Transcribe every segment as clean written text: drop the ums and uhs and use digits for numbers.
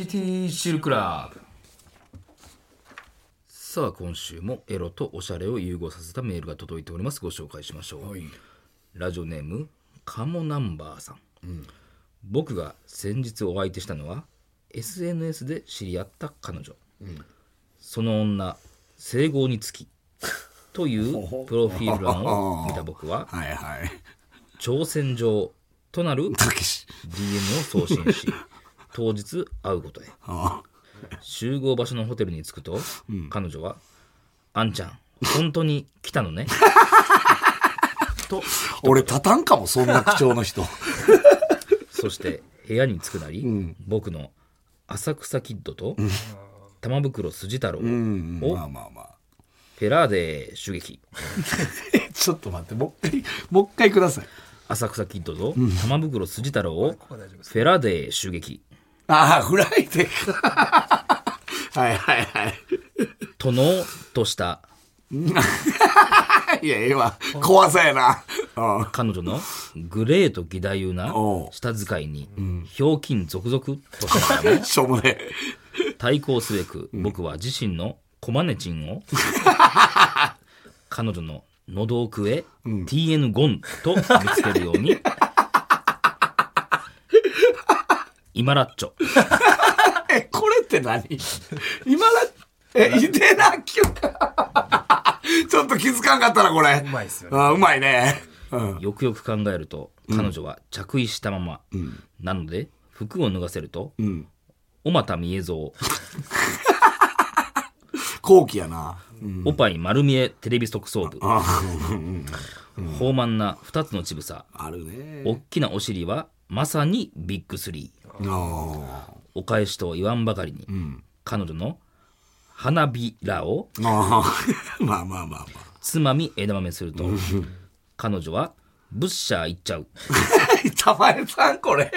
シティシルクラブ。さあ今週もエロとおしゃれを融合させたメールが届いております。ご紹介しましょう。ラジオネームカモナンバーさん、僕が先日お相手したのは SNS で知り合った彼女、その女整合につきというプロフィール欄を見た僕は挑戦状となる DM を送信し当日会うことへ。集合場所のホテルに着くと、彼女はあんちゃん本当に来たのねと俺立たんかもそんな口調の人そして部屋に着くなり、僕の浅草キッドと玉袋筋太郎をフェラーデ襲撃ちょっと待ってもう一回ください。 浅草キッドと玉袋筋太郎をフェラーデ襲撃。 ああフライデーかはいはいはいとのとしたいやええわ怖さやな彼女のグレーと義太夫な舌遣いにひょうきん続々としながらもしょうもね対抗すべく僕は自身のコマネチンを彼女の喉奥へ TN ゴンと見つけるように今ラッチョこれって何今ライデナキュちょっと気づかんかったなこれ。 うまいっすよね。 うまいね、 よくよく考えると彼女は着衣したまま、なので服を脱がせると、小俣美恵像後期やな、 おっぱい丸見えテレビ特捜部豊満な2つの乳房あるね。 大きなお尻はまさにビッグスリー。お返しと言わんばかりに、彼女の花びらをまあつまみ枝豆すると彼女はブッシャーいっちゃう玉江さんこれ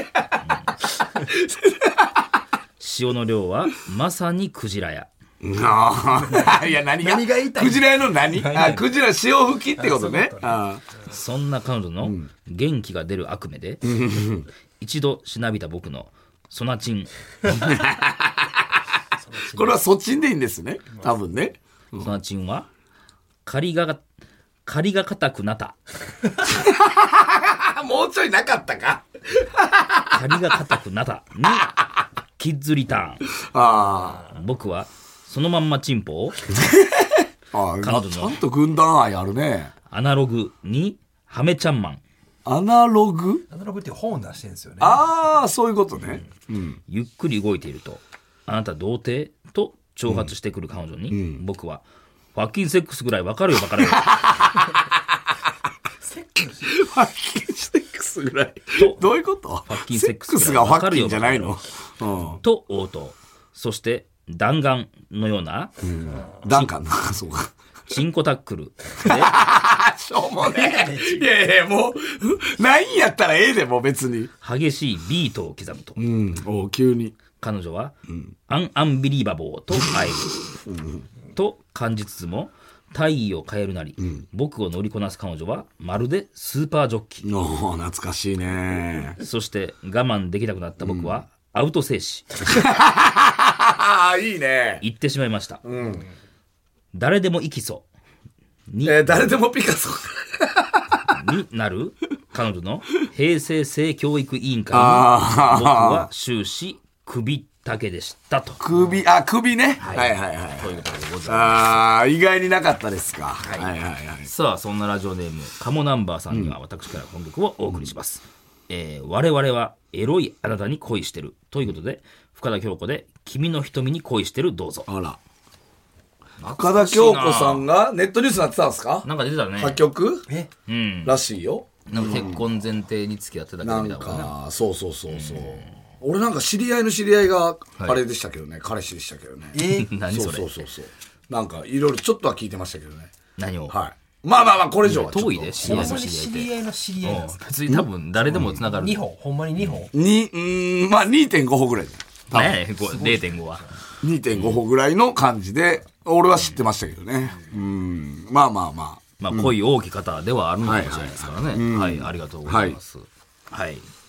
塩の量はまさにクジラや。 いや何が言いたいクジラ屋の何クジラ潮吹きってことね。 そんな彼女の元気が出る悪夢で、一度しなびた僕のソナチンこれはそっちんでいいんですね多分ね。 ソナチンは仮が硬くなったもうちょいなかったか仮が硬くなったにキッズリターン。僕はそのまんまチンポを彼女ちゃんのと軍団愛あるね。 アナログにハメちゃんマンアナログっていう本を出してるんですよね。 そういうことね。 ゆっくり動いているとあなた童貞と挑発してくる彼女に、僕はファッキンセックスぐらい分かるよバカ野郎ファッキンセックスぐらいどういうこと？ファッキンセックスセックスがファッキンじゃないの？ と応答。そして弾丸のような、 弾丸そうかチンコタックルでしょうもねえ。いやいやもうないんやったらええでも別に。 激しいビートを刻むと、 急に彼女は、アンビリーバボーと会える、と感じつつも体位を変えるなり、僕を乗りこなす彼女はまるでスーパージョッキー。 懐かしいね。 そして我慢できなくなった僕は、アウト静止いいね。 言ってしまいました、誰でも生きそうに、 誰でもピカソになる彼女の平成性教育委員会に僕は終始首だけでしたと。 首ね。はいということでございま意外になかったですか。 す。さあそんなラジオネームカモナンバーさんには私から本曲をお送りします。我々はエロいあなたに恋してるということで深田恭子で君の瞳に恋してるどうぞ。 あら深田恭子さんがネットニュースになってたんですか？ なんか出てたね。 破局うんらしいよ。 なんか結婚前提に付き合ってたけどなんみたいなかそう俺なんか知り合いの知り合いがあれでしたけどね、彼氏でしたけどね。 何それ。 そうなんかいろいろちょっとは聞いてましたけどね。 何を。 はい。まあこれ以上は遠いで知り合いの知知り合いってり合いの知り合いなんですか。 別に多分誰でもつながる。 2本ほんまに2本。 2.5 歩ぐらい。 ね 0.5 は 2.5 歩ぐらいの感じで俺は知ってましたけどね。まあ恋多き方ではあるのかもしれないですからね。はい、ありがとうございます。はい、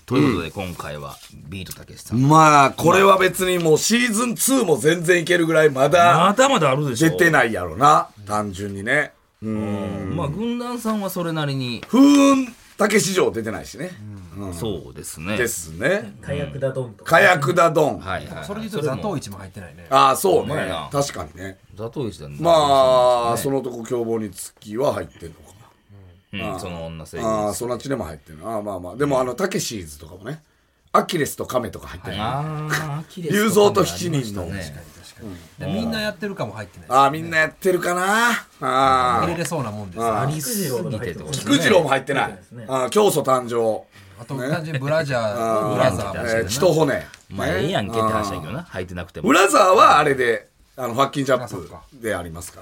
ということで今回はビートたけしさん、 まあこれは別にもうシーズン2も全然いけるぐらいまだまだまだあるでしょ。 出てないやろな、単純にね。 まあ軍団さんはそれなりに、 風雲たけし城出てないしね。 そうですね。 ですね。 火薬だどんとか。 火薬だドン。 はいはいはい。 それで言うと座頭市も入ってないね。 ああ、そうねほんまやな。 確かにね。 座頭市だね。 まあ、そのとこ凶暴につきは入ってんのかうん、その女性な。ああ、そのちでも入ってるな。ああ、まあまあ。でもたけしーずとかもね。アキレスとカメとか入ってる。 ああ、綺麗龍造と七人の。 でみんなやってるかも入ってない。 ああ、みんなやってるかな。あ入れれそうなもんです。 あありすぎてってことですね。 菊次郎も入ってない。教祖誕生。 と単純にブラジャー、ブラザーも。 血と骨。 まあええやんけって話だけどな、入ってなくてもブ。ラザーはあれで、ファッキンジャップでありますから。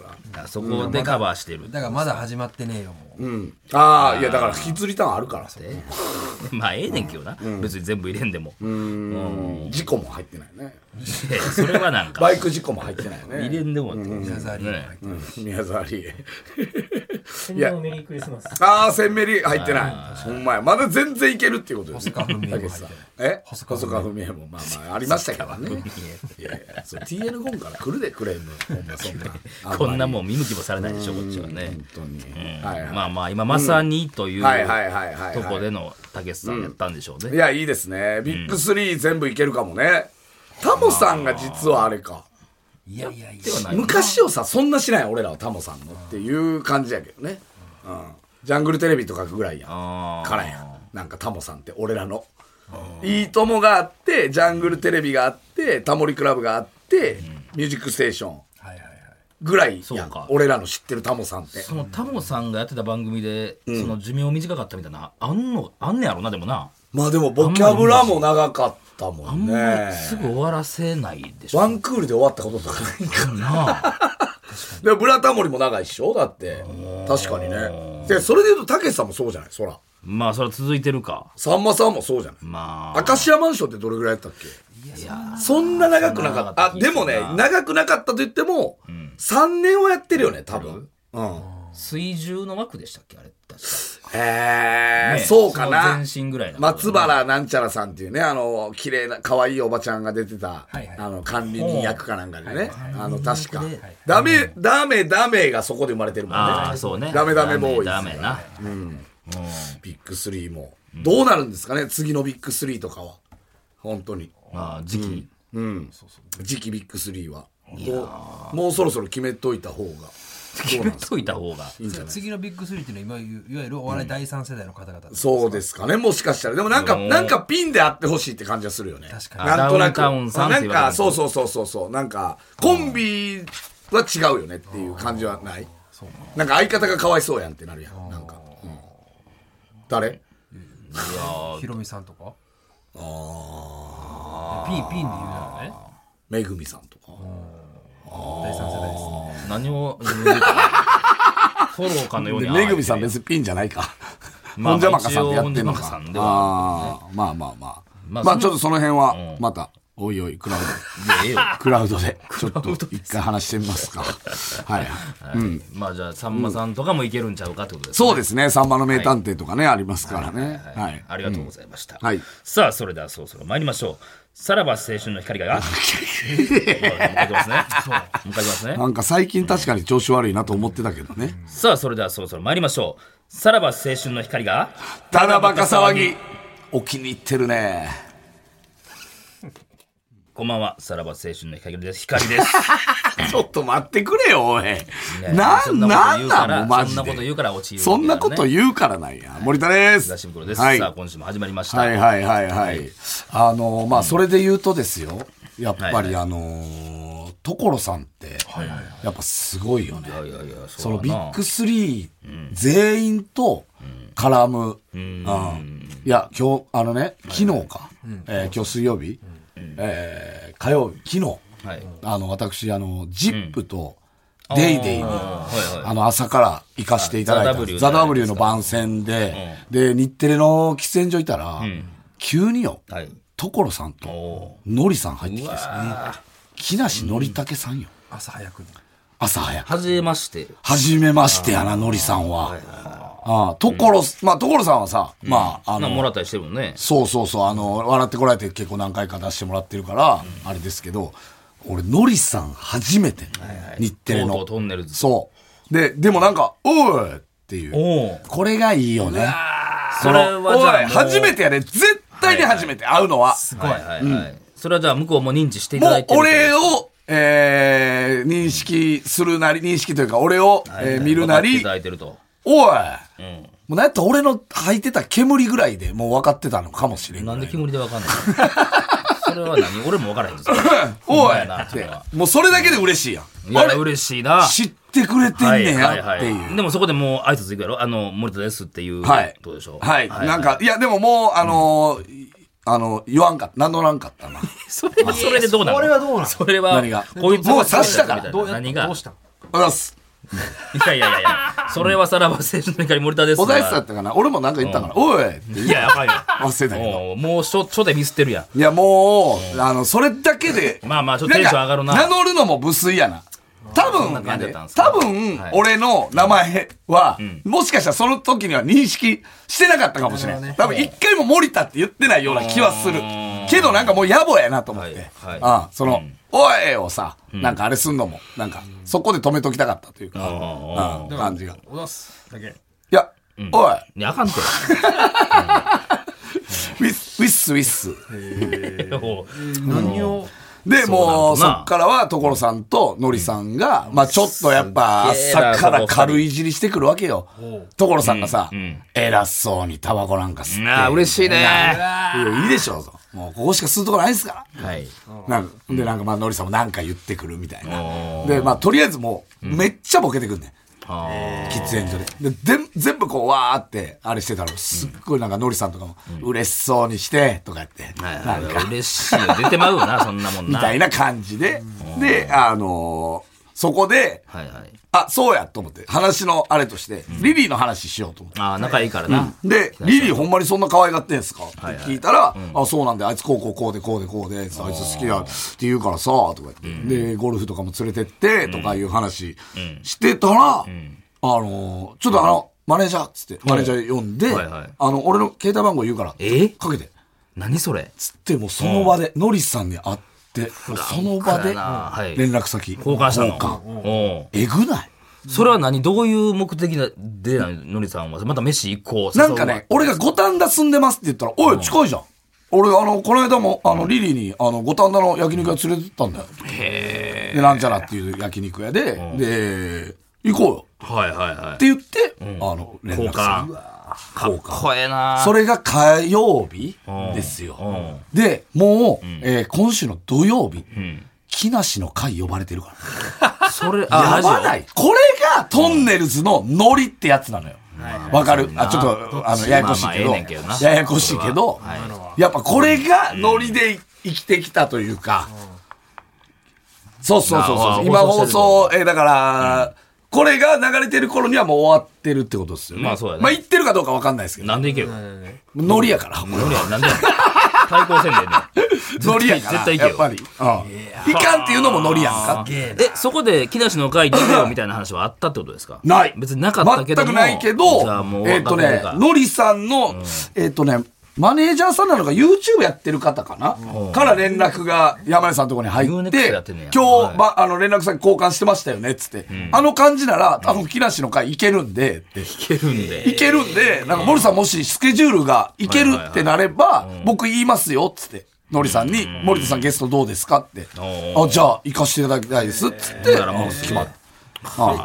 あそこでカバーしてる。 だからまだ始まってねえよ、もう。 ああ、いやだから引きずりターンあるからさ。 まあええねんけどな、別に全部入れんでも。 事故も入ってないね。 いやそれはなんかバイク事故も入ってないよね。 入れんでもってこと宮沢りえも入ってる。 宮沢りえ。 洗脳メリークリスマス。 ああ、センメリ入ってない。ほんまや。まだ全然いけるっていうことですね。 細川文江も入ってない。 細川文江もまあまあありましたからね。いやいや、そう TL ゴンから来るでクレーム。ほんまそんな。 こんなもん見向きもされないでしょこっちはね。 本当に。 まあまあ今まさにというはいはいはいはい。 とこでのたけしさんやったんでしょうね。 いや、いいですね。ビッグ3全部いけるかもね。タモさんが実はあれか。 いやいやいや。 昔をさ、そんなしない俺らはタモさんのっていう感じやけどね。ジャングルテレビとかぐらいやん。からやん。なんかタモさんって俺らの。いいともがあって、ジャングルテレビがあって、タモリクラブがあって、ミュージックステーションぐらいやん。俺らの知ってるタモさんって。 そのタモさんがやってた番組で、その寿命短かったみたいな、あんねやろな、でもな。 まあでもボキャブラも長かったもんね。 すぐ終わらせないでしょ。 ワンクールで終わったこととかないからな。 でもブラタモリも長いっしょだって。確かにね。で、それで言うとたけしさんもそうじゃないそら。 まあそれは続いてるか。 さんまさんもそうじゃない。 まあ明石家マンションってどれぐらいやったっけ。 いやそんな長くなかった。あ、でもね、長くなかったと言っても、3年はやってるよね、多分。 水10の枠でしたっけあれ確か。 そうかな。 全身ぐらいな。 松原なんちゃらさんっていうね、綺麗な、可愛いおばちゃんが出てた、管理人役かなんかでね。確か。ダメがそこで生まれてるもんね。 ああ、そうね。 ダメボーイズ。 ダメな。 ビッグ3も。どうなるんですかね次のビッグ3とかは。本当に。 まあ、時期。 次期ビッグ3は。もうそろそろ決めといた方が。 決めといた方がいいんじゃない。次のビッグ3っていうのはいわゆるお笑い第三世代の方々。 そうですかね。もしかしたら。でもなんかピンであってほしいって感じがするよね。 確かに。 なんとなく。 ダウンタウンさんってなんか、そう。なんか、コンビは違うよねっていう感じはない。なんか相方がかわいそうやんってなるやん。なんか。誰？ ヒロミさんとか。ピンで言うならね。 めぐみさんとか。 第三世代ですね。 何を自分で言うかフォローかのように。 めぐみさん別にピンじゃないか。本邪魔かさんってやってんのか。まあ。まあちょっとその辺はまたおいおいクラウドでちょっと一回話してみますか。はい。 まあじゃあさんまさんとかもいけるんちゃうかってことですね。そうですね。さんまの名探偵とかねありますからね。はい。 ありがとうございました。 はい。 さあそれではそろそろ参りましょう。さらば青春の光が。もう一回いきますね。 なんか最近確かに調子悪いなと思ってたけどね。 さあそれではそろそろ参りましょう。さらば青春の光が。 ただバカ騒ぎ。お気に入ってるね。 こんばんは、さらば青春の光です。光です。 ちょっと待ってくれよ、おい。なんもうマジで。 そんなこと言うから落ちる。 そんなこと言うからなんや。森田です。 東袋です。さあ、今週も始まりました。 はい。まあ、それで言うとですよ。やっぱり所さんって、やっぱすごいよね。そのビッグ3全員と絡む。いや、今日、昨日か。今日水曜日。火曜日、昨日、私、ジップとデイデイに、朝から行かせていただいた、ザ・ W の番宣で、で、日テレの喫煙所いたら、急によ、所さんと、のりさん入ってきてさ、木梨憲武さんよ。 朝早くに。 朝早く。 はじめまして。 はじめましてやな、のりさんは。 所さんはさ、まあ、 もらったりしてるもんね。 そう、笑ってこられて結構何回か出してもらってるから、あれですけど、俺、ノリさん初めて、日テレの。 とうとうトンネルズ。 そう。でもなんか、おいっていう。これがいいよね。 それはじゃあおい、初めてやね。絶対に初めて会うのは。 すごい。 それはじゃあ向こうも認知していただいてる。 もう俺を、認識というか、俺を、見るなり、 いただいてると。 おい、もうなんやったら俺の吐いてた煙ぐらいでもう分かってたのかもしれん。 なんで煙で分かんないのそれは何俺も分からへんですおいって。もうそれだけで嬉しいやん。 いや、嬉しいな。 知ってくれてんねやっていう。 でもそこでもう挨拶行くやろ森田ですっていう。どうでしょう。 はい。なんか、いやでももう、言わんかった。名乗らんかったな。 それでどうなのこれはどうなのそれは、 何がこいつもう察したから何がどうしたのおざす。 いや。それはさらば青春の光森田です。 おざすだったかな俺もなんか言ったから、おいっていや、やばいよ。 忘れたけど。 もう初でミスってるやん。 いや、もう、それだけで。 まあ、ちょっとテンション上がるな。 名乗るのも無粋やな。多分、俺の名前は、もしかしたらその時には認識してなかったかもしれない。多分一回も森田って言ってないような気はする。けどなんかもう野暮やなと思って。おいをさ、なんかあれすんのも、なんか、そこで止めときたかったというか、感じが。 おだすだけ。 いや、おい。 いや、あかんて。 ウィッス。 何をで、もう、そっからは、所さんとのりさんが、まあちょっとやっぱ、朝から軽いいじりしてくるわけよ。所さんがさ、偉そうにタバコなんか吸って。 ああ、嬉しいね。 いいでしょう。もう、ここしか吸うとこないですから。 はい。 で、なんかまあ、のりさんもなんか言ってくるみたいな。で、まあ、とりあえずもう、めっちゃボケてくんねん。喫煙所で。全部こう、わーって、あれしてたの。すっごいなんか、のりさんとかも、嬉しそうにして、とか言って。 なんか、嬉しいよ。出てまうよな、そんなもんな。 みたいな感じで。で、そこで、そうやと思って、話のあれとして、リリーの話しようと思って。 ああ、仲いいからな。 で、リリーほんまにそんな可愛がってんすかって聞いたら、そうなんで、あいつこうで、あいつ好きだって言うからさ、とか言って。で、ゴルフとかも連れてって、とかいう話してたら、ちょっとマネージャーっつって、マネージャー呼んで、俺の携帯番号言うから、かけて。 何それつって、もうその場で、ノリさんに会って、その場で、連絡先。 交換したの。 えぐないそれはどういう目的でのりさんはまた飯行こう。 なんかね、俺が五反田住んでますって言ったら、おい、近いじゃん。俺、この間も、リリーに、五反田の焼肉屋連れてったんだよ。で、なんちゃらっていう焼肉屋で、で、行こうよ。って言って、連絡先。 かっこええな。 それが火曜日ですよ。で、もう、今週の土曜日、木梨の会呼ばれてるから。 それ、 やばない。これがトンネルズのノリってやつなのよ。わかる？ちょっと、ややこしいけど、ややこしいけど、やっぱこれがノリで生きてきたというか、そう。今放送、だから、これが流れてる頃にはもう終わってるってことですよね。 まあそうやね。 まあ言ってるかどうかわかんないですけど。 なんでいける？ ノリやから。 ノリや、なんで対抗戦でね。 ノリやから。 絶対いけよ。 やっぱり。いかんっていうのもノリやんか。 そこで木梨の会出ようみたいな話はあったってことですか？ ない。 別になかったけども。 全くないけど、ノリさんの、マネージャーさんなのか YouTube やってる方かなから連絡が山根さんのところに入って、今日、連絡先交換してましたよねっつって、あの感じなら多分木梨の会いけるんで、いけるんで、なんか森さんもしスケジュールがいけるってなれば、僕言いますよっつって。のりさんに、森田さんゲストどうですかって。じゃあ行かせていただきたいですっつって、決まった。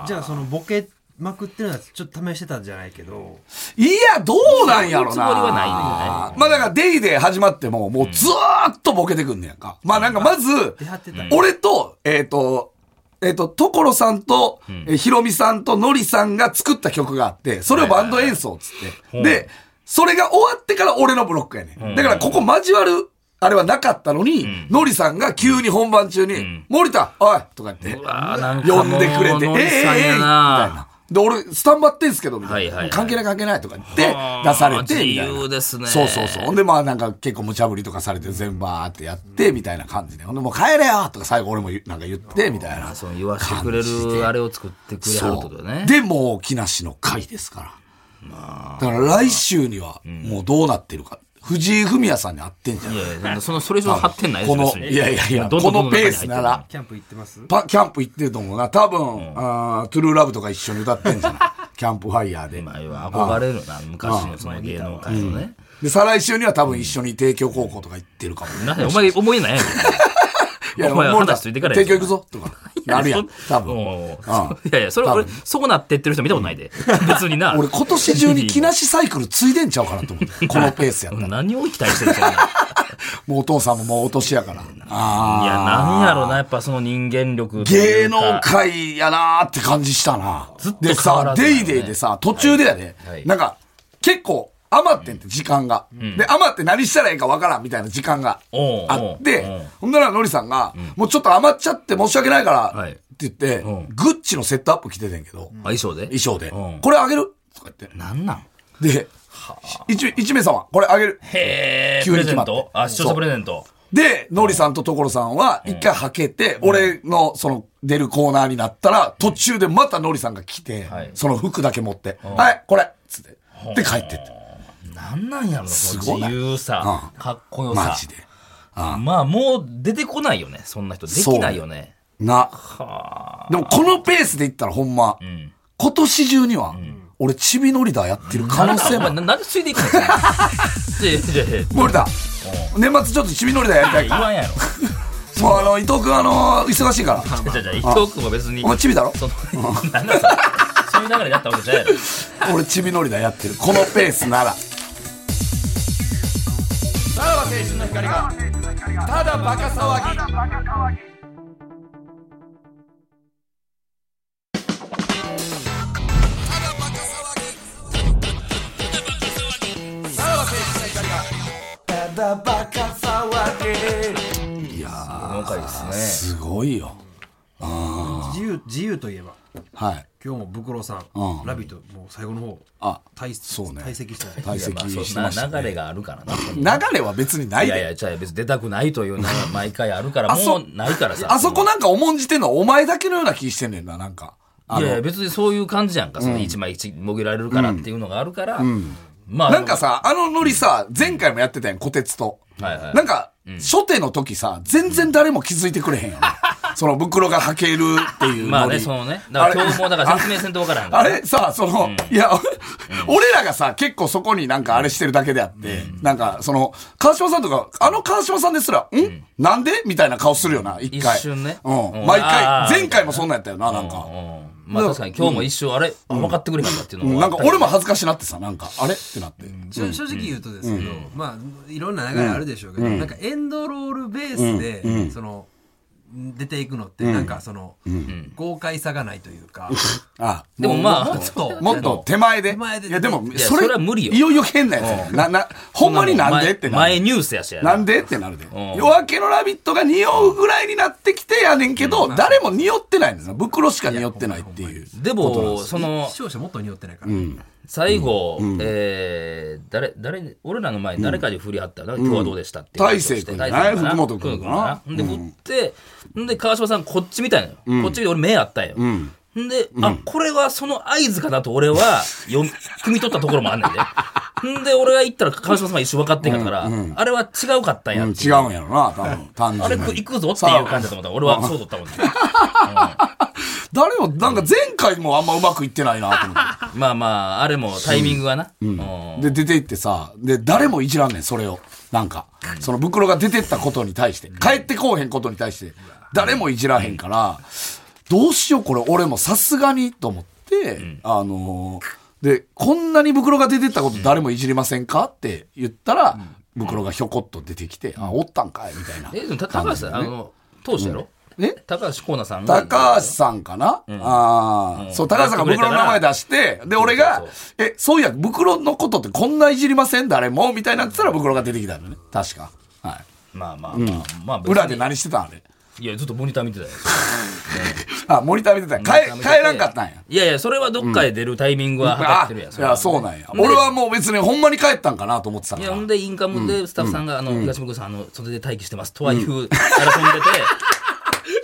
じゃあそのボケまくってるのはちょっと試してたんじゃないけど。 いや、どうなんやろな。 つもりはないんだよね。 まあだからデイで始まっても、もうずーっとボケてくんねやんか。まあなんかまず、俺と、所さんと、ひろみさんとのりさんが作った曲があって、それをバンド演奏っつって。で、それが終わってから俺のブロックやねん。だからここ交わる、あれはなかったのに、のりさんが急に本番中に、森田、おいとか言って、呼んでくれて、みたいな。で、俺、スタンバってんすけど、みたいな。関係ないとか言って、出されて、みたいな。 自由ですね。 そう。ほんで、まあなんか結構無茶ぶりとかされて全部バーってやって、みたいな感じで。ほんで、もう帰れよとか最後俺もなんか言って、みたいな。 そう、言わしてくれる、あれを作ってくれはるってことね。 で、もう、木梨の会ですから。 だから来週にはもうどうなってるか。藤井フミヤさんに会ってんじゃん。 いやいや、それ以上発展ないですよ。 この、いやいやいや、このペースなら。 キャンプ行ってます？ キャンプ行ってると思うな。多分、トゥルーラブとか一緒に歌ってんじゃないキャンプファイヤーで。 まあ、憧れるな、昔のその芸能界のね。 で、再来週には多分一緒に帝京高校とか行ってるかも。 なんでお前思いないやん。 いや、 お前話ついてからや帝京行くぞとか。なるやん、多分。 いやいや、それ俺、そうなってってる人見たことないで。別にな。 俺今年中に木梨サイクルついでんちゃうかなと思って。このペースやったら。 何を期待してるんですか。 もうお父さんももうお年やから。いや、 なんやろな、やっぱその人間力。 芸能界やなーって感じしたな。 ずっとでさ、デイデイでさ、途中でやで、なんか、結構、余ってんって時間が。で、余って何したらいいかわからんみたいな時間があって、ほんならノリさんが、もうちょっと余っちゃって申し訳ないからって言って、グッチのセットアップ着ててんけど、 衣装でこれあげるとか言って。 なんなんで、一名様、これあげる。 へー、 急に決まって。 視聴者プレゼント。 で、ノリさんと所さんは一回はけて、俺のその出るコーナーになったら、途中でまたノリさんが来て、その服だけ持って、はい、これつって。で、帰ってって。 なんなんやろな、その自由さ、かっこよさ。 マジで。 まあ、もう出てこないよね、そんな人。できないよね。 な。でもこのペースでいったらほんま、今年中には、俺チビノリダーやってる可能性も。 なんでついていくのノリダー。年末ちょっとチビノリダーやりたいから。 言わんやろ。 もう伊藤くん忙しいから。 伊藤くんは別に。 お前チビだろなんだそれ。そういう流れでやったわけじゃないやろ。 俺チビノリダーやってる。このペースなら。さらば青春の光が、ただバカ騒ぎ。いやー、すごいよ。 自由といえば、 はい。 今日もブクロさん、ラビットもう最後の方、退席したね。 退席してましたね。 流れがあるからな。 流れは別にないで。 いやいや、じゃあ別に出たくないというのが毎回あるから、もうないからさ。 あそこなんか重んじてんのはお前だけのような気してんねんな、なんか。 いやいや、別にそういう感じやんか。その一枚一もぎられるからっていうのがあるから。 まあ。なんかさ、ノリさ、前回もやってたやん、小鉄と。なんか、初手の時さ、全然誰も気づいてくれへんよね。その袋が履けるっていう。 まあね、そのね。だから今日もだから説明せんとわからへんから。 あれさ、いや、俺らがさ、結構そこになんかあれしてるだけであって、なんか、川島さんとか、川島さんですら、なんでみたいな顔するよな、一回。 一瞬ね。 毎回、前回もそんなんやったよな、なんか。 まあ確かに今日も一瞬、あれ分かってくれへんかっていうのも。 なんか俺も恥ずかしなってさ、なんか、あれってなって。 正直言うとですけど、まあ、いろんな流れあるでしょうけど、なんかエンドロールベースで、出ていくのって、なんか豪快さがないというか。 でもまあ、もっと手前で。いやでも、 それは無理よ。 いよいよ変なやつ。ほんまになんでってなる。 前ニュースやしやなんでってなるで。夜明けのラビットが匂うぐらいになってきてやねんけど、誰も匂ってないんですよ。袋しか匂ってないっていう。 でも、 視聴者もっと匂ってないから。 最後、俺らの前に誰かに振り合ったら、今日はどうでしたって。 大勢君ね、福本君かな。 で、振って、で、川島さんこっち見たのよ。こっち見て俺目あったんよ。で、これはその合図かなと俺は、汲み取ったところもあんねんで。で、俺が言ったら川島さんは一瞬分かってんから、あれは違うかったんや。 違うんやろな、多分。単純に。 あれ行くぞっていう感じだと思った。俺はそうだったもんね。 誰も、なんか前回もあんまうまくいってないなと思って。 まあまあ、あれもタイミングがな。 で、出て行ってさ、で、誰もいじらんねん、それを。なんか、その袋が出てったことに対して、帰ってこうへんことに対して、誰もいじらへんから、どうしようこれ、俺もさすがにと思って、で、こんなに袋が出てったこと誰もいじりませんかって言ったら、袋がひょこっと出てきて、おったんかいみたいな。 でも高橋さん、当時やろ高橋光成さんが。高橋さんかなそう、高橋さんが袋の名前出して、で、俺が、そういや、袋のことってこんないじりません誰もみたいなって言ったら袋が出てきたのね。確か。はい。 まあ、 裏で何してたんあれ。 いや、ずっとモニター見てたよ。 モニター見てたよ。帰らんかったんや。 いやいや、それはどっかで出るタイミングは測ってるやん。 いや、そうなんや。俺はもう別にほんまに帰ったんかなと思ってたから。 いや、ほんで、インカムでスタッフさんが、東村さん、袖で待機してますとはいう、争んでて、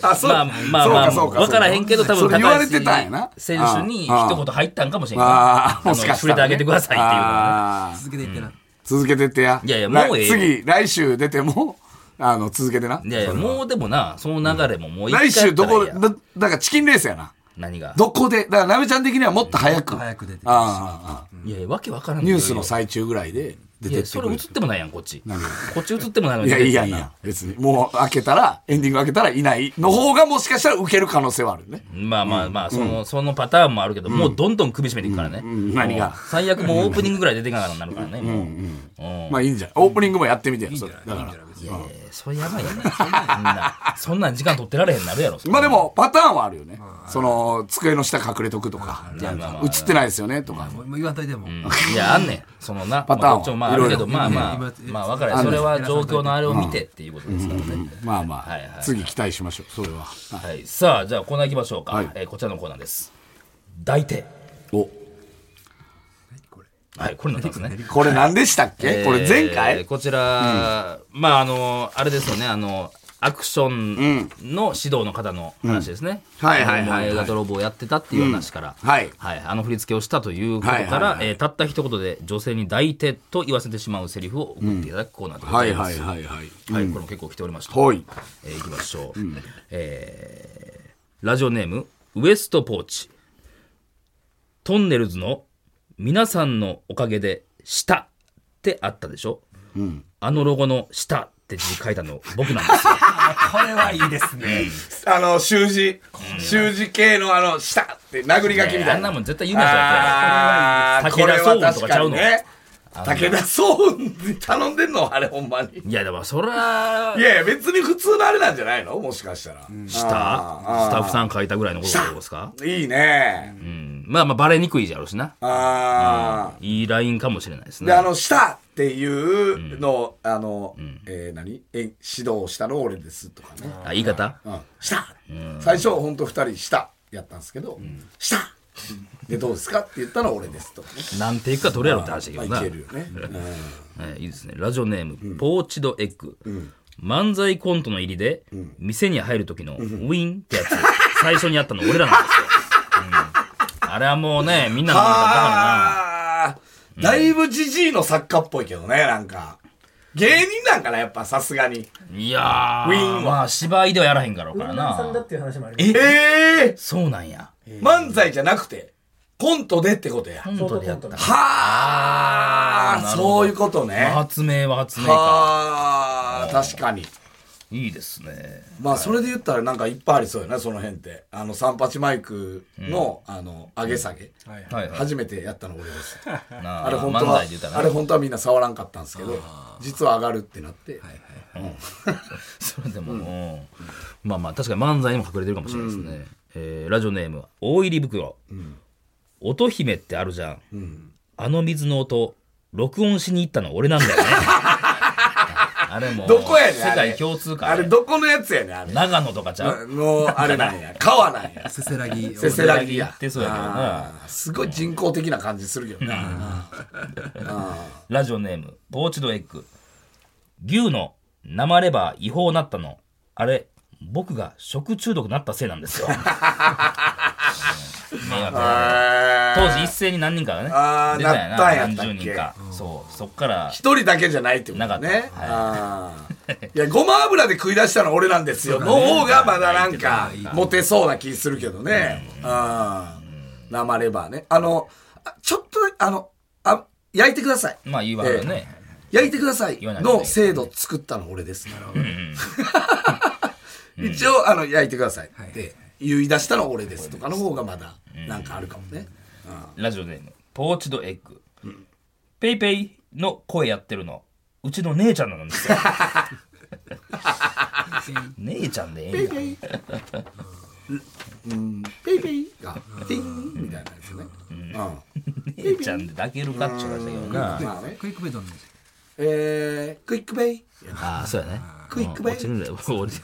あ、そうまあまあまあ分からへんけど多分言われ高てたんやな橋選手に一言入ったんかもしれんもしかしたらね触れてあげてくださいっていうのはね続けていってな。 続けてってや。 いやいやもうええよ次、来週出ても、続けてな。 いやいやもうでもなその流れももう一回来週どこで、 やったらいいやだからチキンレースやな。 何がどこで、だからなべちゃん的にはもっと早く。 早く出てきいやいやわけわからんニュースの最中ぐらいで出いやそれ映てってくれってもないやんこっち何がこっち映ってもないのにいや、いいやん出てな。別に。もう開けたら、エンディング開けたらいないの方がもしかしたら受ける可能性はあるね。 まあまあまあそのパターンもあるけどもうどんどん首絞めていくからね何がもう最悪もうオープニングぐらい出てかなくなるからねもうまあいいんじゃん。オープニングもやってみてよ、それ。だから。 いやいやそれやばいやなそんなん時間取ってられへんなるやろそれまあでも、パターンはあるよね。その、机の下隠れとくとか。 いやまあまあ映ってないですよね、とか。 もう言わんといても。 いやあんねんそのなパターンはまあどっちもまああるけどいろいろまあまあ今まあ分からへんそれは状況のあれを見てっていうことですからねまあまはいはいあ、次期待しましょう、それは。 はいさあじゃあコーナー行きましょうかはいこちらのコーナーです抱いてお、 はいこれなんですねこれ何でしたっけこれ前回こちら、まああれですよねアクションの指導の方の話ですね、 はいはいはいはい映画泥棒をやってたっていう話から、 はい振り付けをしたということから、 はいはいはいたった一言で女性に抱いてと言わせてしまうセリフを送っていただくコーナーでござはいいます、 はいはいはい。 はいこれも結構来ておりました、 はい。 いきましょう、ラジオネームウエストポーチトンネルズの皆さんのおかげで下ってあったでしょ、あのロゴの下って字書いたの僕なんですよこれはいいですね。 習字系の下って殴り書きみたいな。 あんなもん絶対有名なやつやこれは武田壮雲とかちゃうのね。武田壮雲に頼んでんのあれほんまに。 いやでもそらいやいや別に普通のあれなんじゃないのもしかしたら。 スタッフさん書いたぐらいのことですかいいね。 まあまあバレにくいじゃろうしな、いいラインかもしれないですねで、下っていうの、指導したの俺ですとかね。 言い方下最初ほんと2人下やったんですけど、下でどうですかって言ったのは俺ですとかね。 何ていくか取れやろって話だけどな、 いけるよね。 いいですねラジオネーム、ポーチドエッグ、漫才コントの入りで、店に入る時のウィンってやつ最初にやったの俺らなんですよ、あれはもうねみんなのものだからだいぶジジイの作家っぽいけどね、なんか。芸人なんかな、やっぱさすがに。 ないやーウィンはまあ芝居ではやらへんからウからンナンさんだなっていう話もあります。 そうなんや漫才じゃなくて、コントでってことや。 コントでやったショートコントはあ、そういうことね。 発明は発明かはあ、確かに。 いいですねまあ、それで言ったらなんかいっぱいありそうやな、その辺って。サンパチマイクの、上げ下げ。 はいはい初めてやったの俺です。 なあれ本当漫は才で言ったらあれ本当はみんな触らんかったんですけど、実は上がるってなって。 それでも、まあまあ確かに漫才にも隠れてるかもしれないですね、ラジオネーム大入り袋、音姫ってあるじゃん、あの水の音録音しに行ったの俺なんだよねあれもどこやねん世界共通かあれどこのやつやねん、あれ。 長野とかちゃうの、あれなんや。川なんや。 せせらぎ。 せせらぎや行っ。てそうやけどなすごい人工的な感じするけどな。 ラジオネームポーチドエッグ牛の生レバー違法なったのあれ僕が食中毒になったせいなんですよ迷惑当時一斉に何人かがね出たんやなったんや何ったっけ十人かそっから一人だけじゃないってことね。 なかったいや、ごま油で食い出したの俺なんですよ。の方がまだなんか、モテそうな気するけどね。生レバーね。ちょっと、焼いてください。 まあ言われるね、 焼いてください言わないとねの制度作ったの俺です。一応、焼いてくださいって言い出したの俺ですとかの方がまだ、なんかあるかもね。 ラジオネームポーチドエッグ、ペイペイの声やってるのうちの姉ちゃんなんですよ姉ちゃんでええんやペイペイが、ティンみたいなやつね。 姉ちゃんで抱けるかっちゅう話だけどなまあね。 クイックベイどんなクイックベイ。 ああそうやねクイックベイ落ちるんだよ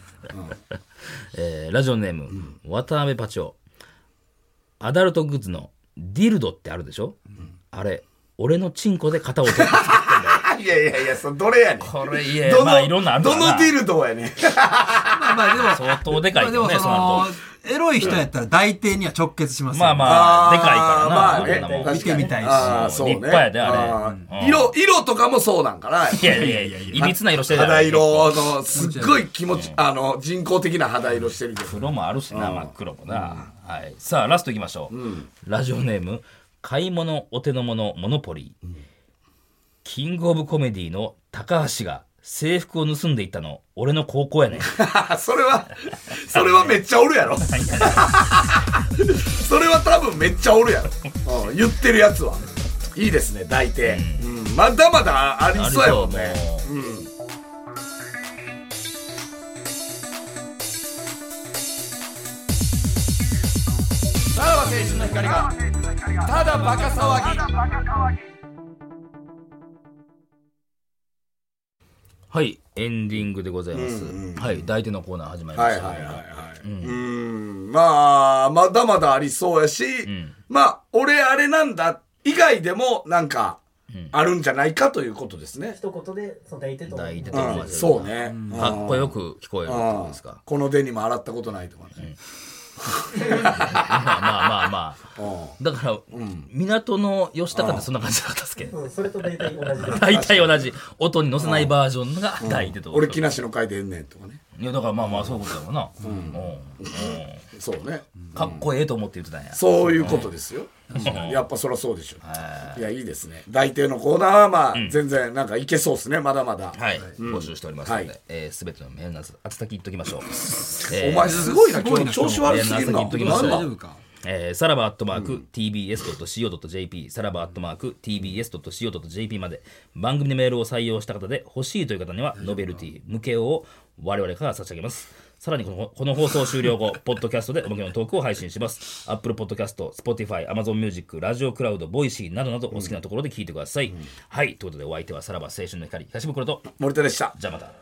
ラジオネーム、渡辺パチョアダルトグッズのディルドってあるでしょ、あれ俺のチンコで型を取って作ってんだよいやいやいや、どれやねん。 これいやまあいろんなあるからなどのディルドやねん。 まあでも相当でかいけどね、 でもそうなるエロい人やったら大抵には直結しますと。 よ。 まあでかいからな。 まああんなもんね、 見てみたいしそうね。 立派やであれうん色とかもそうなんかな。 いやいやいや、いびつな色してる肌色の、すっごい気持ち、人工的な肌色してるけど。 黒もあるしな、真っ黒もな。はい。さあ、ラストいきましょう。ラジオネーム、買い物お手の物モノポリー。キングオブコメディの高橋が制服を盗んでいったの、俺の高校やねん。 それはめっちゃおるやろ。それは多分めっちゃおるやろ。言ってるやつは。いいですね、大抵。まだまだありそうやもんね。さらば青春の光が、ただバカ騒ぎ。 はい、エンディングでございます。はい、大手のコーナー始まりました。 まあ、まだまだありそうやし、まあ、俺あれなんだ、以外でもなんか、あるんじゃないかということですね。 一言で、その抱いてと。 抱いてと思わせる。 そうね。 かっこよく聞こえるってことですか。 このデニム洗ったことないとかね。 まあ。だから、港の吉高ってそんな感じだったっすけど。 それと大体同じで。 大体同じ。音に乗せないバージョンが抱いてと。 俺、木梨の会でえんねんとかね。 いや、だからまあそういうことだもんな。 そうね。 かっこええと思って言ってたんや。 そういうことですよ。やっぱそりゃそうでしょ。いや、いいですね。大抵のコーナーはまあ、全然なんかいけそうですね、まだまだ。 はい。募集しておりますので、すべてのメールの宛先言っときましょう。 お前すごいな、今日調子悪すぎるな。 言っときましょう。 大丈夫か。 さらば@tbs.co.jp さらば@tbs.co.jp まで番組でメールを採用した方で欲しいという方にはノベルティ向けを我々から差し上げます。さらにこの放送終了後ポッドキャストでおまけのトークを配信します。 Apple Podcast、Spotify、Amazon Music、ラジオクラウド、ボイシーなどなどお好きなところで聞いてください。はい、ということでお相手はさらば青春の光東袋と森田でした。 じゃあまた。